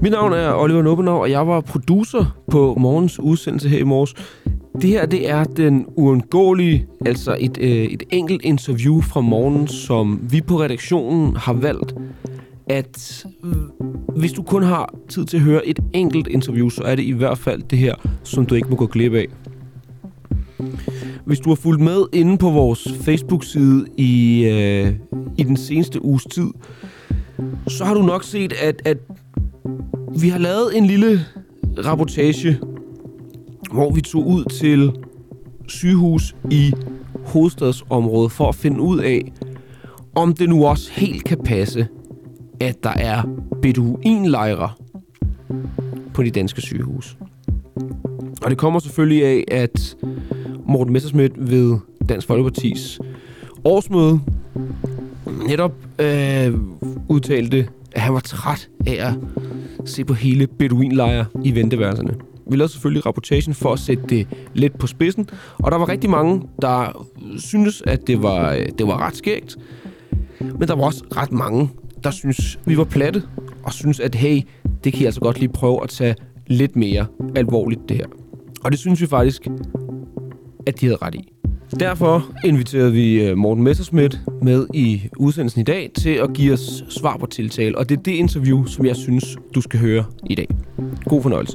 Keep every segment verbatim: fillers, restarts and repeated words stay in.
Mit navn er Oliver Nubbenau, og jeg var producer på morgens udsendelse her i morges. Det her, det er den uundgåelige, altså et, øh, et enkelt interview fra morgen, som vi på redaktionen har valgt, at øh, hvis du kun har tid til at høre et enkelt interview, så er det i hvert fald det her, som du ikke må gå glip af. Hvis du har fulgt med inde på vores Facebook-side i, øh, i den seneste uges tid, så har du nok set, at, at vi har lavet en lille reportage, hvor vi tog ud til sygehus i hovedstadsområdet for at finde ud af, om det nu også helt kan passe, at der er beduinlejre på de danske sygehus. Og det kommer selvfølgelig af, at Morten Messerschmidt ved Dansk Folkepartis årsmøde netop øh, udtalte, at han var træt af at se på hele beduinlejre i venteværelserne. Vi lavede selvfølgelig rapportagen for at sætte det lidt på spidsen, og der var rigtig mange, der syntes, at det var, det var ret skægt. Men der var også ret mange, der syntes, vi var platte, og syntes, at hey, det kan I altså godt lige prøve at tage lidt mere alvorligt det her. Og det synes vi faktisk, at de havde ret i. Derfor inviterede vi Morten Messerschmidt med i udsendelsen i dag til at give os svar på tiltale. Og det er det interview, som jeg synes, du skal høre i dag. God fornøjelse.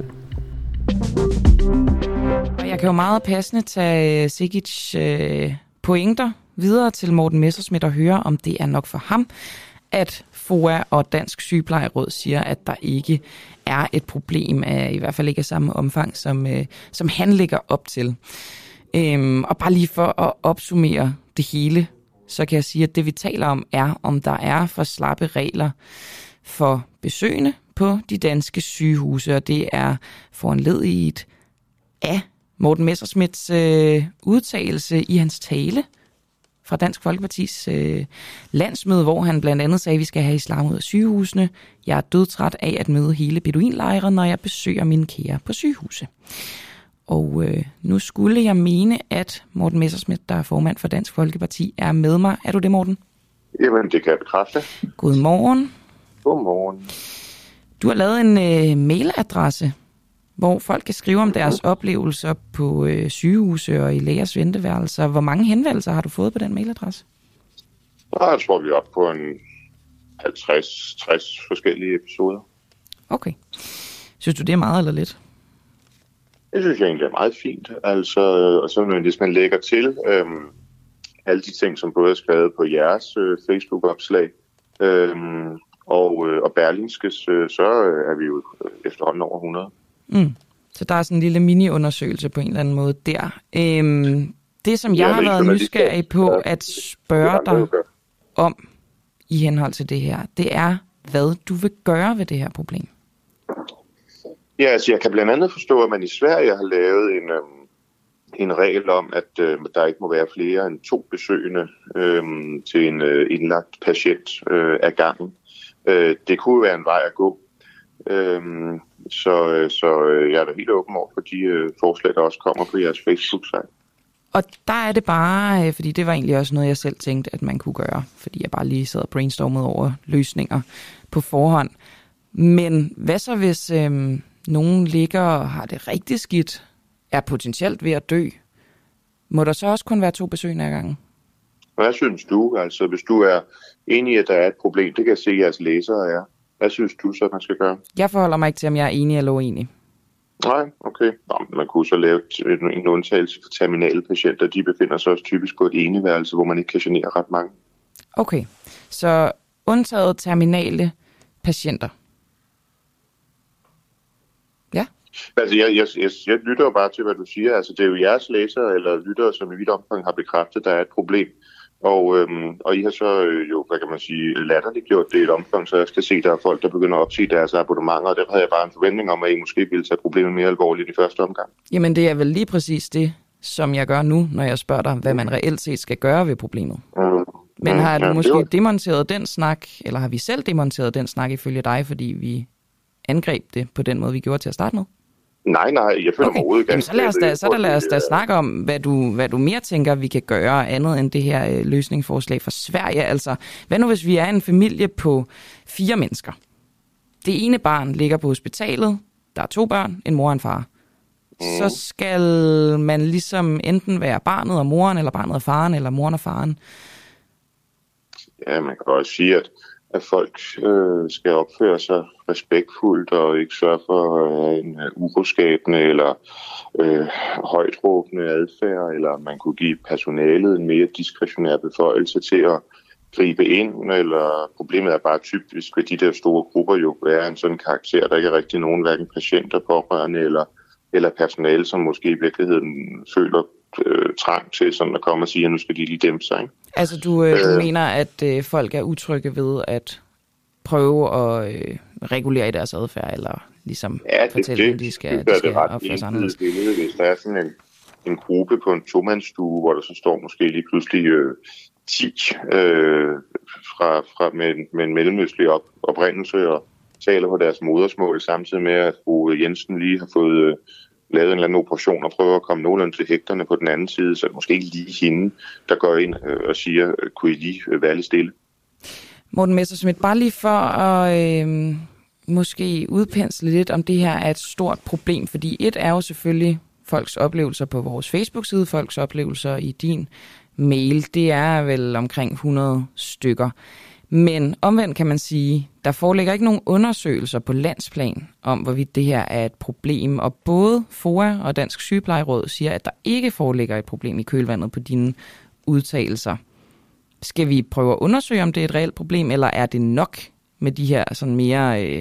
Jeg kan jo meget passende tage Sigic øh, pointer videre til Morten Messerschmidt og høre, om det er nok for ham, at F O A og Dansk Sygeplejeråd siger, at der ikke er et problem, af, i hvert fald ikke af samme omfang, som, øh, som han lægger op til. Øhm, og bare lige for at opsummere det hele, så kan jeg sige, at det vi taler om er, om der er for slappe regler for besøgende på de danske sygehuse, og det er foranlediget af Morten Messerschmidts øh, udtalelse i hans tale fra Dansk Folkepartis øh, landsmøde, hvor han blandt andet sagde, at vi skal have islam ud af sygehusene. Jeg er dødtræt af at møde hele beduinlejren, når jeg besøger mine kære på sygehuse. Og øh, nu skulle jeg mene, at Morten Messerschmidt, der er formand for Dansk Folkeparti, er med mig. Er du det, Morten? Jamen, det kan jeg bekræfte. Godmorgen. Godmorgen. Du har lavet en øh, mailadresse, hvor folk kan skrive om deres oplevelser på øh, sygehuse og i lægers venteværelser. Hvor mange henvendelser har du fået på den mailadresse? Jeg tror, vi er oppe på en halvtreds til tres forskellige episoder. Okay. Synes du, det er meget eller lidt? Det synes jeg egentlig er meget fint. Altså, og så hvis man lægger til øhm, alle de ting, som både er skrevet på jeres øh, Facebook-opslag øhm, og, øh, og Berlingskes, øh, så er vi jo efterhånden over hundrede. Mm. Så der er sådan en lille mini-undersøgelse på en eller anden måde der. Øhm, det, som jeg ja, har været nysgerrig på at spørge dig om i henhold til det her, det er, hvad du vil gøre ved det her problem. Ja, altså jeg kan blandt andet forstå, at man i Sverige har lavet en, øhm, en regel om, at øh, der ikke må være flere end to besøgende øh, til en øh, indlagt patient øh, ad gangen. Øh, det kunne være en vej at gå. Øh, så så øh, jeg er da helt åben over for de øh, forslag, der også kommer på jeres Facebook-site. Og der er det bare, fordi det var egentlig også noget, jeg selv tænkte, at man kunne gøre, fordi jeg bare lige sad og brainstormede over løsninger på forhånd. Men hvad så, hvis øh, nogen ligger og har det rigtig skidt, er potentielt ved at dø? Må der så også kun være to besøgende ad gangen? Hvad synes du? Altså, hvis du er enig i, at der er et problem, det kan jeg se, at jeres læsere er. Hvad synes du så, man skal gøre? Jeg forholder mig ikke til, om jeg er enig eller uenig. Nej, okay. Nå, man kunne så lave en undtagelse for terminale patienter. De befinder sig også typisk på et eneværelse, hvor man ikke kan genere ret mange. Okay, så undtaget terminale patienter. Ja. Altså, jeg, jeg, jeg, jeg lytter jo bare til, hvad du siger. Altså, det er jo jeres læsere eller lyttere, som i vidt omfang har bekræftet, at der er et problem. Og, øhm, og I har så øh, jo, hvad kan man sige, latterligt gjort det i et omfang, så jeg skal se, at der er folk, der begynder at opsige deres abonnementer, og der havde jeg bare en forventning om, at I måske ville tage problemet mere alvorligt i første omgang. Jamen, det er vel lige præcis det, som jeg gør nu, når jeg spørger dig, hvad man reelt set skal gøre ved problemet. Mm. Men har du ja, måske var... demonteret den snak, eller har vi selv demonteret den snak ifølge dig, fordi vi angreb det på den måde, vi gjorde til at starte med? Nej, nej, jeg føler okay. mig overhovedet ikke. Så lad os da, så der lad os da snakke om, hvad du, hvad du mere tænker, vi kan gøre, andet end det her øh, løsningsforslag for Sverige. Altså, hvad nu hvis vi er en familie på fire mennesker? det ene barn ligger på hospitalet, der er to børn, en mor og en far, mm. så skal man ligesom enten være barnet og moren, eller barnet og faren, eller moren og faren. Ja, man kan også sige, at, at folk øh, skal opføre sig respektfuldt og ikke sørge for øh, en uh, uroskabende eller øh, højtråbende adfærd, eller man kunne give personalet en mere diskretionær beføjelse til at gribe ind, eller problemet er bare typisk ved de der store grupper jo er en sådan karakter, der ikke er rigtig nogen, hverken patienter, pårørende eller, eller personale, som måske i virkeligheden føler øh, trang til sådan at komme og sige, at nu skal de lige dæmpe sig. Ikke? Altså du, øh, du øh, mener, at øh, folk er utrygge ved at prøve at øh, regulere i deres adfærd, eller ligesom ja, det, fortælle, det, at de skal, det, de skal det opføre sig anderledes? Hvis der er sådan en, en gruppe på en tomandsstue, hvor der så står måske lige pludselig øh, ti øh, fra, fra med, med en mellemøstlig op, oprindelse og taler på deres modersmål, samtidig med at fru Jensen lige har fået øh, lavet en eller anden operation og prøver at komme nogenlunde til hægterne på den anden side, så måske ikke lige hende, der går ind øh, og siger, kunne I lige øh, være lidt stille? Morten Messerschmidt, bare lige for at øh, måske udpensle lidt, om det her er et stort problem, fordi et er jo selvfølgelig folks oplevelser på vores Facebook-side, folks oplevelser i din mail, det er vel omkring hundrede stykker. Men omvendt kan man sige, der foreligger ikke nogen undersøgelser på landsplan om, hvorvidt det her er et problem. Og både F O A og Dansk Sygeplejeråd siger, at der ikke foreligger et problem i kølvandet på dine udtalelser. Skal vi prøve at undersøge, om det er et reelt problem, eller er det nok med de her sådan mere øh,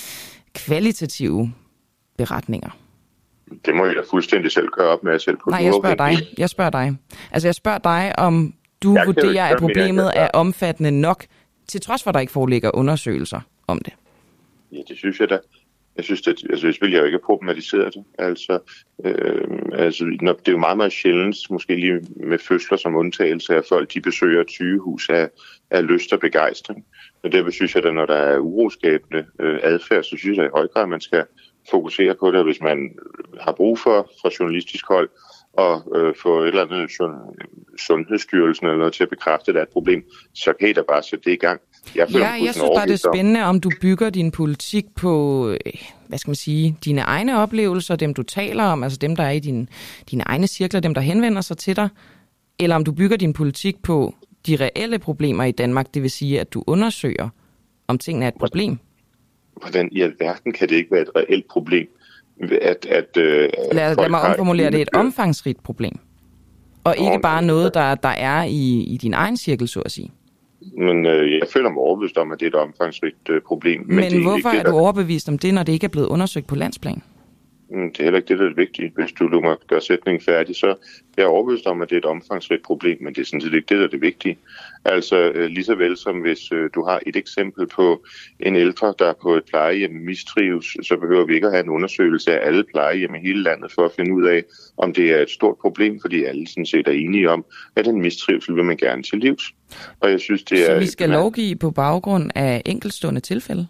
kvalitative beretninger? Det må jeg da fuldstændig selv gøre op med at selv på. Nej, jeg spørger dig. Jeg spørger dig. Altså, jeg spørger dig, om du jeg vurderer, at problemet mere, er omfattende nok, til trods for, at der ikke foreligger undersøgelser om det. Ja, det synes jeg da. Jeg synes, at altså, jeg vil jo ikke problematisere det. Altså, øh, altså, det er jo meget, meget sjældent, måske lige med fødsler som undtagelse, at folk de besøger et sygehus af, af lyst og begejstring. Men derfor synes jeg, at når der er uroskabende øh, adfærd, så synes jeg i høj grad, at man skal fokusere på det, hvis man har brug for fra journalistisk hold og øh, få et eller andet sundhedsstyrelsen eller noget til at bekræfte, at der er et problem, så kan I da bare sætte det i gang. Jeg ja, jeg synes bare, det er spændende, om du bygger din politik på, hvad skal man sige, dine egne oplevelser, dem du taler om, altså dem, der er i dine, dine egne cirkler, dem, der henvender sig til dig, eller om du bygger din politik på de reelle problemer i Danmark, det vil sige, at du undersøger, om tingene er et problem. Hvordan i alverden kan det ikke være et reelt problem? At, at, øh, lad, lad mig omformulere det, et omfangsrigt problem. Og ikke bare noget, der, der er i, i din egen cirkel, så at sige. Men øh, jeg føler mig overbevist om, at det er et omfangsrigt øh, problem. Men, men det er hvorfor det, er du overbevist om det, når det ikke er blevet undersøgt på landsplan? Det er heller ikke det, der er vigtigt. Hvis du lukker gøre sætningen færdig, så er jeg overbevist om, at det er et omfangsrigt problem, men det er sådan set ikke det, der er det vigtige. Altså øh, lige så vel som hvis øh, du har et eksempel på en ældre, der på et plejehjem mistrives, så behøver vi ikke at have en undersøgelse af alle plejehjem i hele landet for at finde ud af, om det er et stort problem, fordi alle sådan set er enige om, at den mistrivsel vil man gerne til livs. Og jeg synes, det så er, vi skal lovgive på baggrund af enkeltstående tilfælde?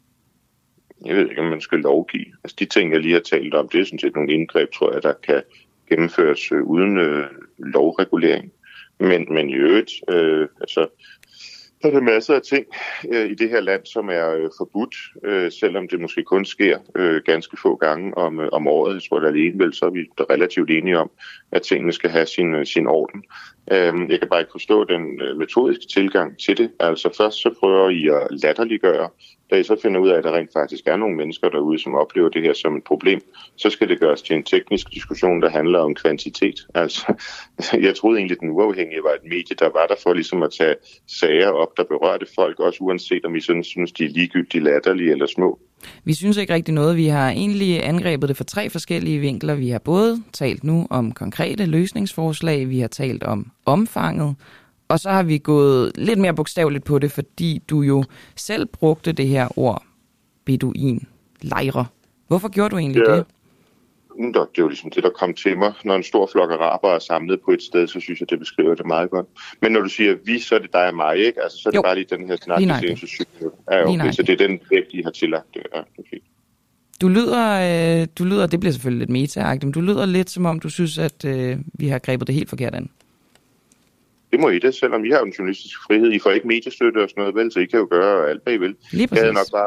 Jeg ved ikke, om man skal lovgive. Altså de ting, jeg lige har talt om, det er sådan set nogle indgreb, tror jeg, der kan gennemføres øh, uden øh, lovregulering. Men, men i øvrigt, øh, altså, der er der masser af ting øh, i det her land, som er øh, forbudt, øh, selvom det måske kun sker øh, ganske få gange om, øh, om året. Jeg tror, der alene vel, så er vi relativt enige om, at tingene skal have sin, øh, sin orden. Øh, jeg kan bare ikke forstå den øh, metodiske tilgang til det. Altså først så prøver I at latterliggøre. Da I så finder ud af, at der rent faktisk er nogle mennesker derude, som oplever det her som et problem, så skal det gøres til en teknisk diskussion, der handler om kvantitet. Altså, jeg troede egentlig, at Den Uafhængige var et medie, der var der for ligesom at tage sager op, der berørte folk, også uanset om I sådan synes, de er ligegyldigt latterlige eller små. Vi synes ikke rigtig noget. Vi har egentlig angrebet det fra tre forskellige vinkler. Vi har både talt nu om konkrete løsningsforslag, vi har talt om omfanget, og så har vi gået lidt mere bogstaveligt på det, fordi du jo selv brugte det her ord, beduin-lejre. Hvorfor gjorde du egentlig ja. det? Det er jo ligesom det, der kom til mig. Når en stor flok araber er samlet på et sted, så synes jeg, det beskriver det meget godt. Men når du siger vi, så er det dig og mig, ikke? Altså, så er det jo bare lige den her snak, lige det synes jeg. Ja, okay, så det er den vægt, I har tillagt. Det er okay. Du lyder, øh, du lyder, det bliver selvfølgelig lidt meta-agtigt, men du lyder lidt som om, du synes, at øh, vi har grebet det helt forkert an. Det må I det, selvom I har en journalistisk frihed. I får ikke mediestøtte og sådan noget, vel, så I kan jo gøre alt, hvad I vil. Lige præcis. Jeg havde nok bare,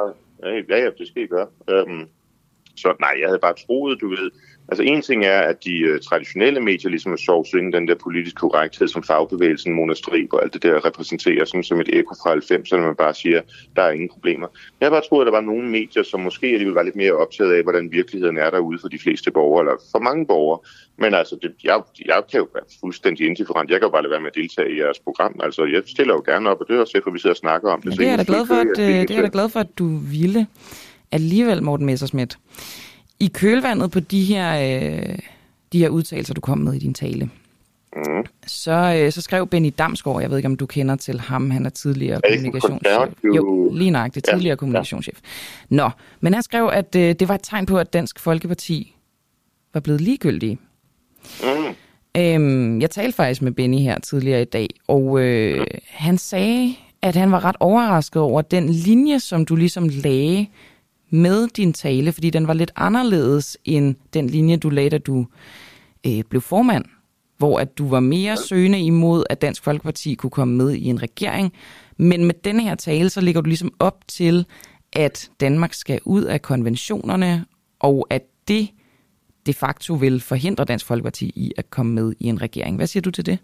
Ja, ja, det skal I gøre. Øhm, så nej, jeg havde bare troet, du ved. Altså en ting er, at de uh, traditionelle medier ligesom er sovset ind den der politiske korrekthed, som fagbevægelsen, Mona Striib og alt det der repræsenterer, sådan som et ekko fra halvfemserne, man bare siger, der er ingen problemer. Jeg havde bare troet, at der var nogle medier, som måske alligevel var lidt mere optaget af, hvordan virkeligheden er derude for de fleste borgere, eller for mange borgere. Men altså, det, jeg, jeg kan jo være fuldstændig indifferent. Jeg kan jo bare lade være med at deltage i jeres program. Altså, jeg stiller jo gerne op, og det er også derfor, vi sidder og snakker om det. Men det er jeg da glad for, at, det er jeg da glad for, at du ville alligevel, Morten Messerschmidt. I kølvandet på de her, øh, de her udtalelser, du kom med i din tale, mm. så, øh, så skrev Benny Damsgaard, jeg ved ikke, om du kender til ham, han er tidligere er kommunikationschef. Jo, lige nøjagtigt, tidligere ja, kommunikationschef. Ja. Nå, men han skrev, at øh, det var et tegn på, at Dansk Folkeparti var blevet ligegyldige. Mm. Øhm, jeg talte faktisk med Benny her tidligere i dag, og øh, mm. han sagde, at han var ret overrasket over den linje, som du ligesom lagde med din tale, fordi den var lidt anderledes end den linje, du lagde, da du øh, blev formand, hvor at du var mere søgende imod, at Dansk Folkeparti kunne komme med i en regering. Men med denne her tale, så ligger du ligesom op til, at Danmark skal ud af konventionerne, og at det de facto vil forhindre Dansk Folkeparti i at komme med i en regering. Hvad siger du til det?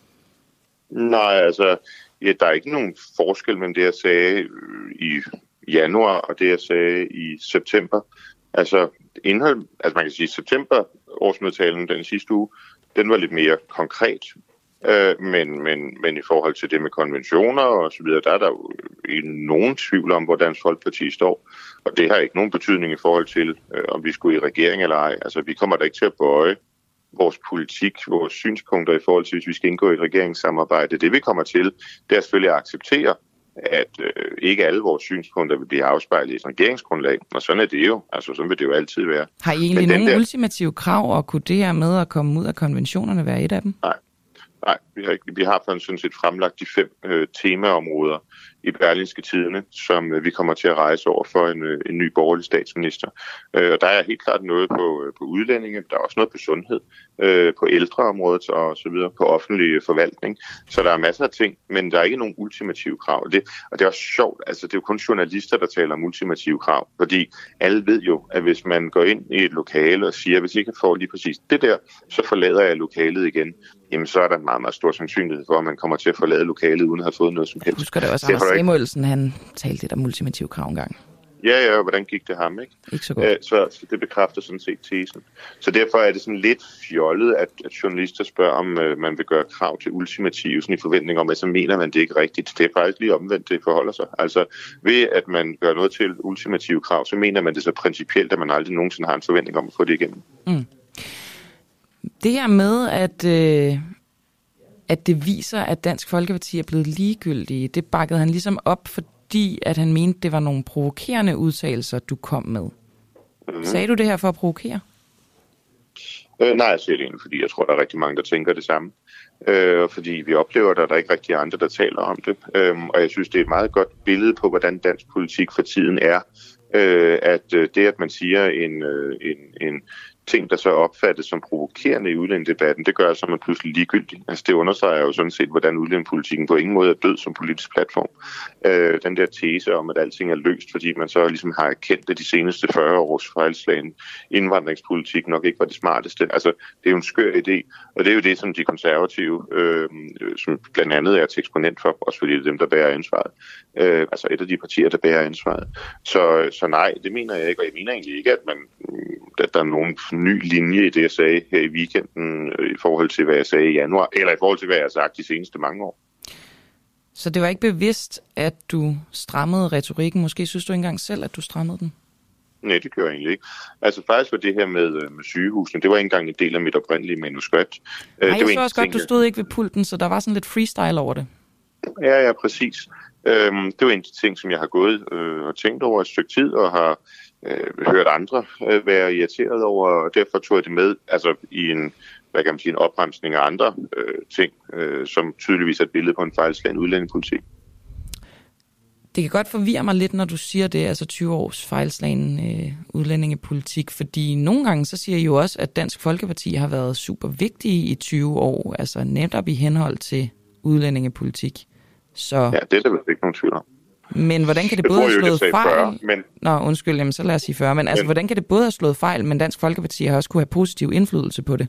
Nej, altså, ja, der er ikke nogen forskel mellem det, jeg sagde i januar og det, jeg sagde i september. Altså, indhold, altså man kan sige, september årsmødetalen den sidste uge, den var lidt mere konkret. Øh, men, men, men i forhold til det med konventioner og så videre, der er der jo ikke nogen tvivl om, hvor Dansk Folkeparti står. Og det har ikke nogen betydning i forhold til, øh, om vi skulle i regering eller ej. Altså, vi kommer da ikke til at bøje vores politik, vores synspunkter i forhold til, hvis vi skal indgå i et regeringssamarbejde. Det vi kommer til, det er selvfølgelig at acceptere, at øh, ikke alle vores synspunkter vil blive afspejlet i et regeringsgrundlag. Og sådan er det jo. Altså, sådan vil det jo altid være. Har I egentlig nogle der... ultimative krav, og kunne det her med at komme ud af konventionerne være et af dem? Nej. Nej, vi har, ikke, vi har sådan set fremlagt de fem øh, temaområder i Berlingske Tidende, som øh, vi kommer til at rejse over for en, øh, en ny borgerlig statsminister. Øh, og der er helt klart noget på, øh, på udlændinge, der er også noget på sundhed, øh, på ældreområdet og så videre, på offentlig forvaltning. Så der er masser af ting, men der er ikke nogen ultimative krav. Det, og det er også sjovt, altså det er jo kun journalister, der taler om ultimative krav, fordi alle ved jo, at hvis man går ind i et lokale og siger, hvis I ikke får lige præcis det der, så forlader jeg lokalet igen. Jamen så er der en meget, meget stor sandsynlighed for, at man kommer til at forlade lokalet, uden at have fået noget som helst. Husker det også, Anders Samuelsen, han talte lidt om ultimative krav engang. Ja, ja, hvordan gik det ham, ikke? Ikke så godt. Æ, så, så det bekræfter sådan set tesen. Så derfor er det sådan lidt fjollet, at, at journalister spørger, om øh, man vil gøre krav til ultimative, sådan i forventning om, at så mener man det ikke rigtigt. Det er faktisk lige omvendt, det forholder sig. Altså ved at man gør noget til ultimative krav, så mener man det så principielt, at man aldrig nogensinde har en forventning om at få det igennem. Mm. Det her med, at, øh, at det viser, at Dansk Folkeparti er blevet ligegyldige, det bakkede han ligesom op, fordi at han mente, det var nogle provokerende udtalelser, du kom med. Mm-hmm. Sagde du det her for at provokere? Øh, nej, jeg siger det egentlig, fordi jeg tror, der er rigtig mange, der tænker det samme. Øh, fordi vi oplever, at der er ikke rigtig andre, der taler om det. Øh, og jeg synes, det er et meget godt billede på, hvordan dansk politik for tiden er. Øh, at øh, det, at man siger en, øh, en, en ting, der så opfattes som provokerende i udlændingedebatten, det gør så, at man pludselig ligegyldig. Altså det understreger jo sådan set, hvordan udlændingepolitikken på ingen måde er død som politisk platform. Øh, den der tese om, at alting er løst, fordi man så ligesom har erkendt, at de seneste fyrre års fejlslagen indvandringspolitik nok ikke var det smarteste. Altså det er jo en skør idé, og det er jo det, som de konservative, øh, som blandt andet er til eksponent for, også fordi det er dem, der bærer ansvaret. Øh, altså et af de partier, der bærer ansvaret. Så, så nej, det mener jeg ikke, og jeg mener egentlig ikke, at, man, at der er nogen ny linje i det, jeg sagde her i weekenden, i forhold til, hvad jeg sagde i januar, eller i forhold til, hvad jeg har sagt de seneste mange år. Så det var ikke bevidst, at du strammede retorikken? Måske synes du ikke engang selv, at du strammede den? Nej, det gjorde jeg egentlig ikke. Altså faktisk var det her med, med sygehusene, det var ikke engang en del af mit oprindelige manuskript. Nej, jeg så også godt, du stod ikke ved pulten, så der var sådan lidt freestyle over det. Ja, ja, præcis. Øhm, det var en af de ting, som jeg har gået øh, og tænkt over et stykke tid, og har øh, hørt andre øh, være irriteret over, og derfor tog jeg det med altså i en, hvad kan man sige, en opremsning af andre øh, ting, øh, som tydeligvis er et billede på en fejlslagen udlændingepolitik. Det kan godt forvirre mig lidt, når du siger det, altså tyve års fejlslagen øh, udlændingepolitik, fordi nogle gange så siger I jo også, at Dansk Folkeparti har været super vigtige i tyve år, altså netop i henhold til udlændingepolitik. Så... Ja, det er der vel ikke nogen tvivl om. Men hvordan kan det, det både have slået fejl... fyrre, men... Nå, undskyld, jamen, så lad os sige fyrre. Men altså, men... hvordan kan det både have slået fejl, men Dansk Folkeparti har også kunne have positiv indflydelse på det?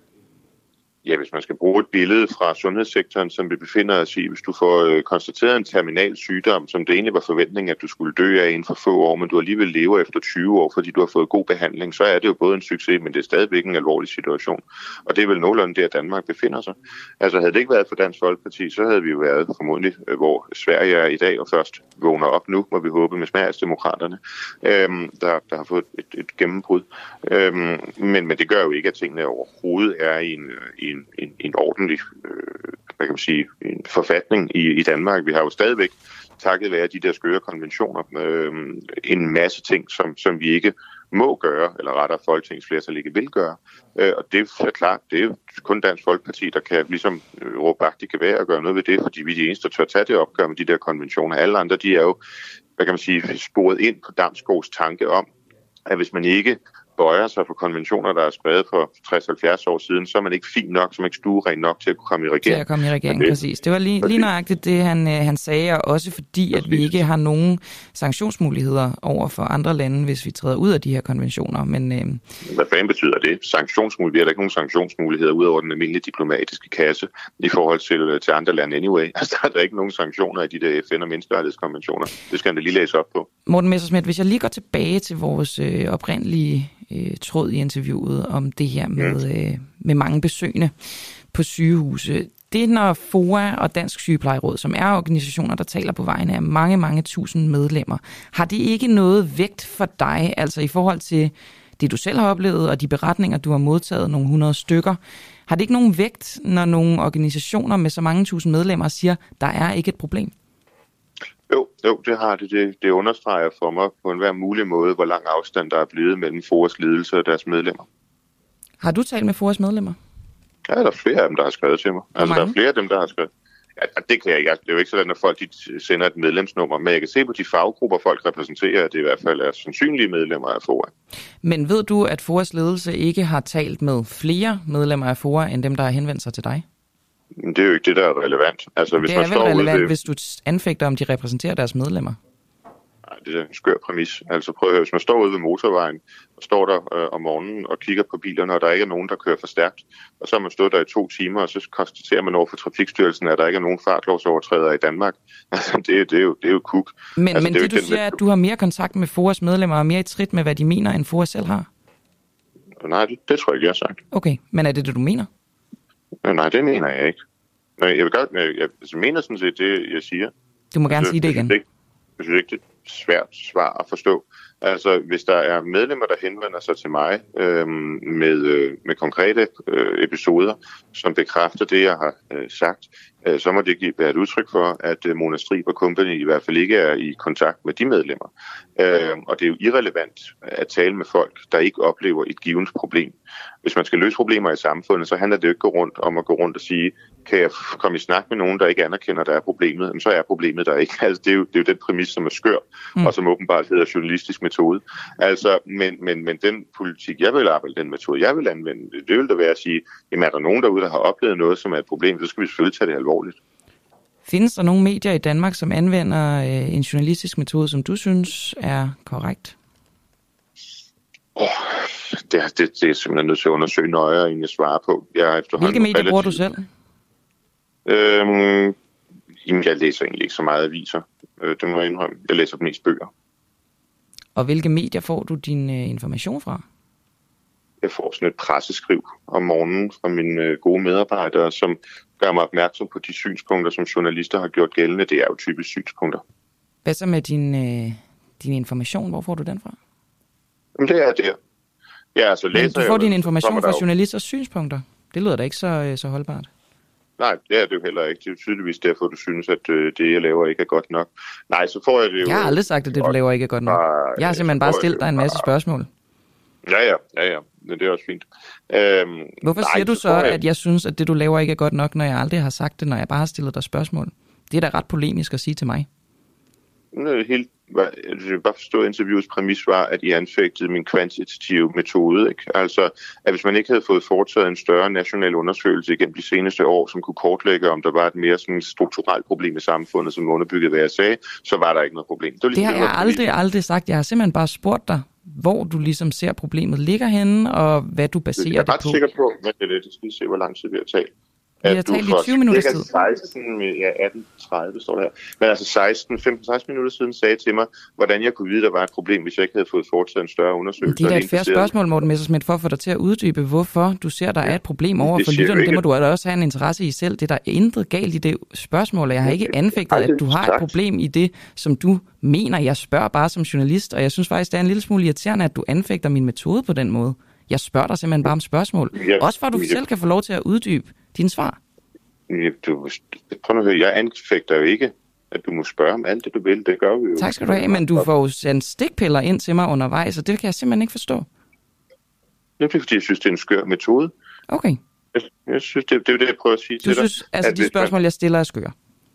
Ja, hvis man skal bruge et billede fra sundhedssektoren, som vi befinder os i, hvis du får øh, konstateret en terminal sygdom, som det egentlig var forventningen, at du skulle dø af inden for få år, men du alligevel lever efter tyve år, fordi du har fået god behandling, så er det jo både en succes, men det er stadigvæk en alvorlig situation. Og det er vel nogenlunde der, Danmark befinder sig. Altså havde det ikke været for Dansk Folkeparti, så havde vi jo været formodentlig, øh, hvor Sverige er i dag, og først vågner op nu, må vi håbe, med Smagsdemokraterne, øh, der, der har fået et, et gennembrud. Øh, men, men det gør jo ikke, at tingene overhovedet er i en, i En, en, en ordentlig øh, hvad kan man sige, en forfatning i, i Danmark. Vi har jo stadigvæk, takket være de der skøre konventioner, øh, en masse ting, som, som vi ikke må gøre, eller rettere folketingsflertal ikke vil gøre. Øh, og det er klart, det er jo kun Dansk Folkeparti, der kan ligesom øh, råbe bagtigt kan være og gøre noget ved det, fordi vi er de eneste, der tør tage det opgør med de der konventioner. Alle andre, de er jo, hvad kan man sige, sporet ind på Damsgaards tanke om, at hvis man ikke bøjer sig for konventioner, der er skrevet for tres til halvfjerds år siden, så er man ikke fin nok, så er man ikke stueren nok til at kunne komme i regering. Til at komme i regering, det, præcis. Det var lige, lige nøjagtigt det, han, han sagde, og også fordi, at vi ikke har nogen sanktionsmuligheder over for andre lande, hvis vi træder ud af de her konventioner. Men, øh... Hvad fanden betyder det? Sanktionsmuligheder? Der er ikke nogen sanktionsmuligheder ud over den almindelige diplomatiske kasse i forhold til, til andre lande anyway. Altså, der er der ikke nogen sanktioner i de der F N- og menneskerettighedskonventioner. Det skal han da lige læse op på. Morten Messerschmidt, hvis jeg lige går tilbage til vores øh, oprindelige øh, tråd i interviewet om det her med, øh, med mange besøgende på sygehuse. Det når F O A og Dansk Sygeplejeråd, som er organisationer, der taler på vegne af mange, mange tusind medlemmer, har det ikke noget vægt for dig, altså i forhold til det, du selv har oplevet, og de beretninger, du har modtaget, nogle hundrede stykker? Har det ikke nogen vægt, når nogle organisationer med så mange tusind medlemmer siger, der er ikke et problem? Jo, jo, det har det. det. Det understreger for mig på enhver mulig måde, hvor lang afstand der er blevet mellem F O A's ledelse og deres medlemmer. Har du talt med F O A's medlemmer? Ja, der er flere af dem, der har skrevet til mig. Hvor altså, mange? Der er flere af dem, der har skrevet. Ja, det kan jeg ikke. Det er jo ikke sådan, at folk de sender et medlemsnummer, men jeg kan se på de faggrupper, folk repræsenterer, at det i hvert fald er sandsynlige medlemmer af F O A. Men ved du, at F O A's ledelse ikke har talt med flere medlemmer af F O A, end dem, der har henvendt sig til dig? Det er jo ikke det, der er relevant. Altså, hvis det er man vel står relevant, ude, hvis du anfægter, om de repræsenterer deres medlemmer? Nej, det er en skør præmis. Altså prøv at høre, hvis man står ude ved motorvejen, og står der øh, om morgenen og kigger på bilerne, og der ikke er nogen, der kører for stærkt, og så har man stået der i to timer, og så konstaterer man over for Trafikstyrelsen, at der ikke er nogen fartlovsovertrædere i Danmark. Altså, det, det, er, jo, det er jo kuk. Men, altså, men det, det du siger, at du har mere kontakt med F O A's medlemmer, og mere i trit med, hvad de mener, end F O A selv har? Nej, det, det tror jeg ikke, jeg har sagt. Okay, men er det det, du mener? Nej, det mener jeg ikke. Jeg vil godt, jeg, jeg, jeg mener sådan set det, jeg siger. Du må gerne altså, sige det igen. Jeg synes ikke, jeg synes ikke, det er et svært svar at forstå. Altså, hvis der er medlemmer, der henvender sig til mig øh, med, øh, med konkrete øh, episoder, som bekræfter det, jeg har øh, sagt, øh, så må det give, være et udtryk for, at øh, Mona Striib og Company i hvert fald ikke er i kontakt med de medlemmer. Øh, og det er jo irrelevant at tale med folk, der ikke oplever et givet problem. Hvis man skal løse problemer i samfundet, så handler det jo ikke gå rundt om at gå rundt og sige, kan jeg komme i snak med nogen, der ikke anerkender, at der er problemet? Jamen, så er problemet der ikke. Altså, det, er jo, det er jo den præmis, som er skør, mm. og som åbenbart hedder journalistisk metode. Altså, men, men, men den politik, jeg vil arbejde, den metode, jeg vil anvende, det vil da være at sige, jamen er der nogen derude, der har oplevet noget, som er et problem, så skal vi selvfølgelig tage det alvorligt. Findes der nogle medier i Danmark, som anvender øh, en journalistisk metode, som du synes er korrekt? Oh, det, det, det er simpelthen nødt til at undersøge nøjere, inden jeg svarer på. Jeg Hvilke medier relativt... bruger du selv? Øhm, jamen, jeg læser egentlig ikke så meget aviser. Øh, det må jeg indrømme. Jeg læser mest bøger. Og hvilke medier får du din øh, information fra? Jeg får sådan et presseskriv om morgenen fra mine øh, gode medarbejdere, som gør mig opmærksom på de synspunkter, som journalister har gjort gældende. Det er jo typisk synspunkter. Hvad så med din, øh, din information? Hvor får du den fra? Jamen, det er der. Ja, altså, læser Men du får jeg, din information fra journalisters synspunkter. Det lyder da ikke så, så holdbart. Nej, det er det jo heller ikke. Det er jo tydeligvis derfor, du synes, at øh, det, jeg laver, ikke er godt nok. Nej, så får jeg det jo... Jeg har aldrig sagt, at det, du laver, ikke er godt nok. Jeg har simpelthen bare stillet dig en masse spørgsmål. Ja, ja, ja, ja. Men det er også fint. Øhm, Hvorfor nej, siger du så, så jeg... at jeg synes, at det, du laver, ikke er godt nok, når jeg aldrig har sagt det, når jeg bare har stillet dig spørgsmål? Det er da ret polemisk at sige til mig. Hele Jeg vil bare forstå, at interviewets præmis var, at I anfægtede min kvantitative metode. Ikke? Altså, at hvis man ikke havde fået foretaget en større national undersøgelse igennem de seneste år, som kunne kortlægge, om der var et mere sådan strukturelt problem i samfundet, som underbyggede, hvad jeg sagde, så var der ikke noget problem. Det, det ligesom, har jeg aldrig, aldrig sagt. Jeg har simpelthen bare spurgt dig, hvor du ligesom ser problemet ligger henne, og hvad du baserer det på. Jeg er ret sikker på, men det er det. Det skal vi se, hvor lang tid vi har talt. Vi har talt i tyve minutter tid. seksten, ja, atten tredive står der her. Men altså seksten, femten seksten minutter siden sagde til mig, hvordan jeg kunne vide, der var et problem, hvis jeg ikke havde fået foretaget en større undersøgelse. Det er da et færre spørgsmål, Morten Messerschmidt, for at få dig til at uddybe, hvorfor du ser, der ja, er et problem over for lytterne. Det må du også have en interesse i selv. Det er der intet galt i det spørgsmål. Jeg har ikke anfægtet, at du har et problem i det, som du mener. Jeg spørger bare som journalist, og jeg synes faktisk, det er en lille smule irriterende, at du anfægter min metode på den måde. Jeg spørger dig simpelthen bare om spørgsmål. Ja, også for at du ja. selv kan få lov til at uddybe dine svar. Ja, du, prøv at høre, jeg anfægter jo ikke, at du må spørge om alt det, du vil. Det gør vi jo. Tak skal du have, men du får jo sendt stikpiller ind til mig undervejs, og det kan jeg simpelthen ikke forstå. Det er fordi, jeg synes, det er en skør metode. Okay. Jeg, jeg synes, det, det er det, jeg prøver at sige du til dig. Du synes, altså de spørgsmål, man... jeg stiller, er skøre?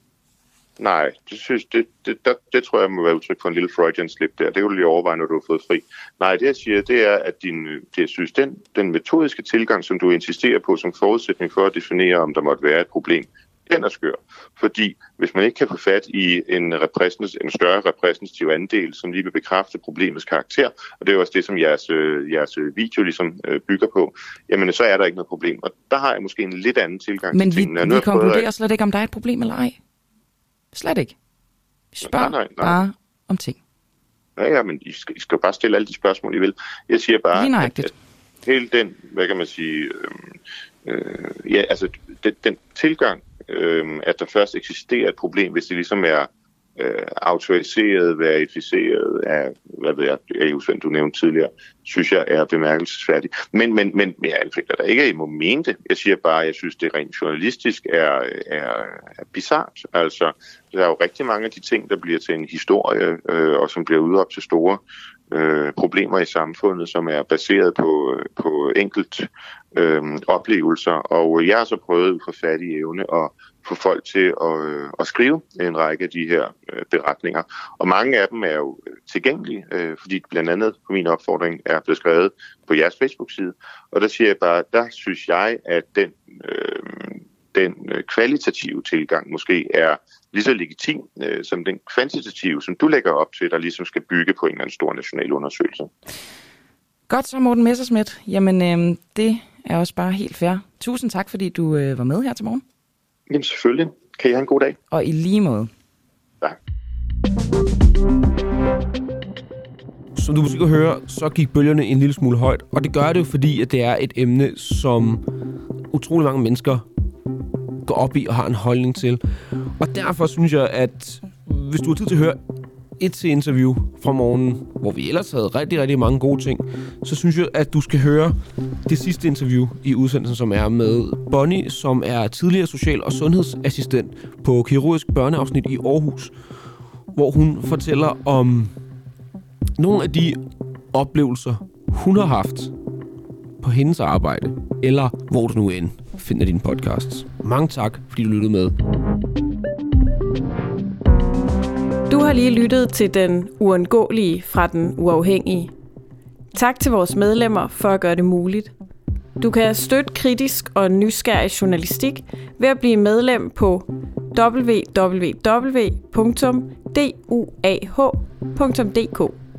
Nej, det, synes, det, det, det, det tror jeg må være udtryk for en lille Freudian slip der. Det kan du lige overveje, når du har fået fri. Nej, det jeg siger, det er, at din, det, jeg synes, den, den metodiske tilgang, som du insisterer på som forudsætning for at definere, om der måtte være et problem, den er skør. Fordi hvis man ikke kan få fat i en, en større repræsentativ andel, som lige vil bekræfte problemets karakter, og det er jo også det, som jeres, jeres video ligesom bygger på, jamen så er der ikke noget problem. Og der har jeg måske en lidt anden tilgang Men til vi, tingene. Men vi konkluderer at... slet ikke, om der er et problem eller ej. Slet ikke. Spørg nej, nej, nej. bare om ting. Ja, ja, men I skal, I skal bare stille alle de spørgsmål, I vil. Jeg siger bare, at, at hele den, hvad kan man sige, øh, øh, ja, altså den, den tilgang, øh, at der først eksisterer et problem, hvis det ligesom er øh, autoriseret, verificeret af, hvad ved jeg, E U-Svend, du nævnte tidligere, synes jeg er bemærkelsesværdigt. Men, men, men jeg anfægter der ikke, at I må mene det. Jeg siger bare, at jeg synes, det rent journalistisk er, er, er bizarrt. Altså, der er jo rigtig mange af de ting, der bliver til en historie, øh, og som bliver udråbt til store øh, problemer i samfundet, som er baseret på, på enkelt øh, oplevelser. Og jeg har så prøvet ud fra fattig evne at få folk til at, øh, at skrive en række af de her øh, beretninger. Og mange af dem er jo tilgængelige, øh, fordi blandt andet på min opfordring er blevet skrevet på jeres Facebook-side. Og der siger jeg bare, der synes jeg, at den, øh, den kvalitative tilgang måske er lige så legitim øh, som den kvantitative, som du lægger op til, der ligesom skal bygge på en eller anden stor national undersøgelse. Godt så, Morten Messerschmidt. Jamen, øh, det er også bare helt fair. Tusind tak, fordi du øh, var med her til morgen. Jamen selvfølgelig. Kan I have en god dag? Og i lige måde. Tak. Som du måske kan høre, så gik bølgerne en lille smule højt. Og det gør det jo, fordi at det er et emne, som utrolig mange mennesker går op i og har en holdning til. Og derfor synes jeg, at hvis du har tid til at høre et til interview fra morgenen, hvor vi ellers havde rigtig, rigtig mange gode ting, så synes jeg, at du skal høre det sidste interview i udsendelsen, som er med Bonnie, som er tidligere social- og sundhedsassistent på kirurgisk børneafsnit i Aarhus, hvor hun fortæller om nogle af de oplevelser, hun har haft på hendes arbejde, eller hvor du nu end finder dine podcasts. Mange tak, fordi du lyttede med. Du har lige lyttet til Den Uundgåelige fra Den Uafhængige. Tak til vores medlemmer for at gøre det muligt. Du kan støtte kritisk og nysgerrig journalistik ved at blive medlem på w w w punktum d u a h punktum d k.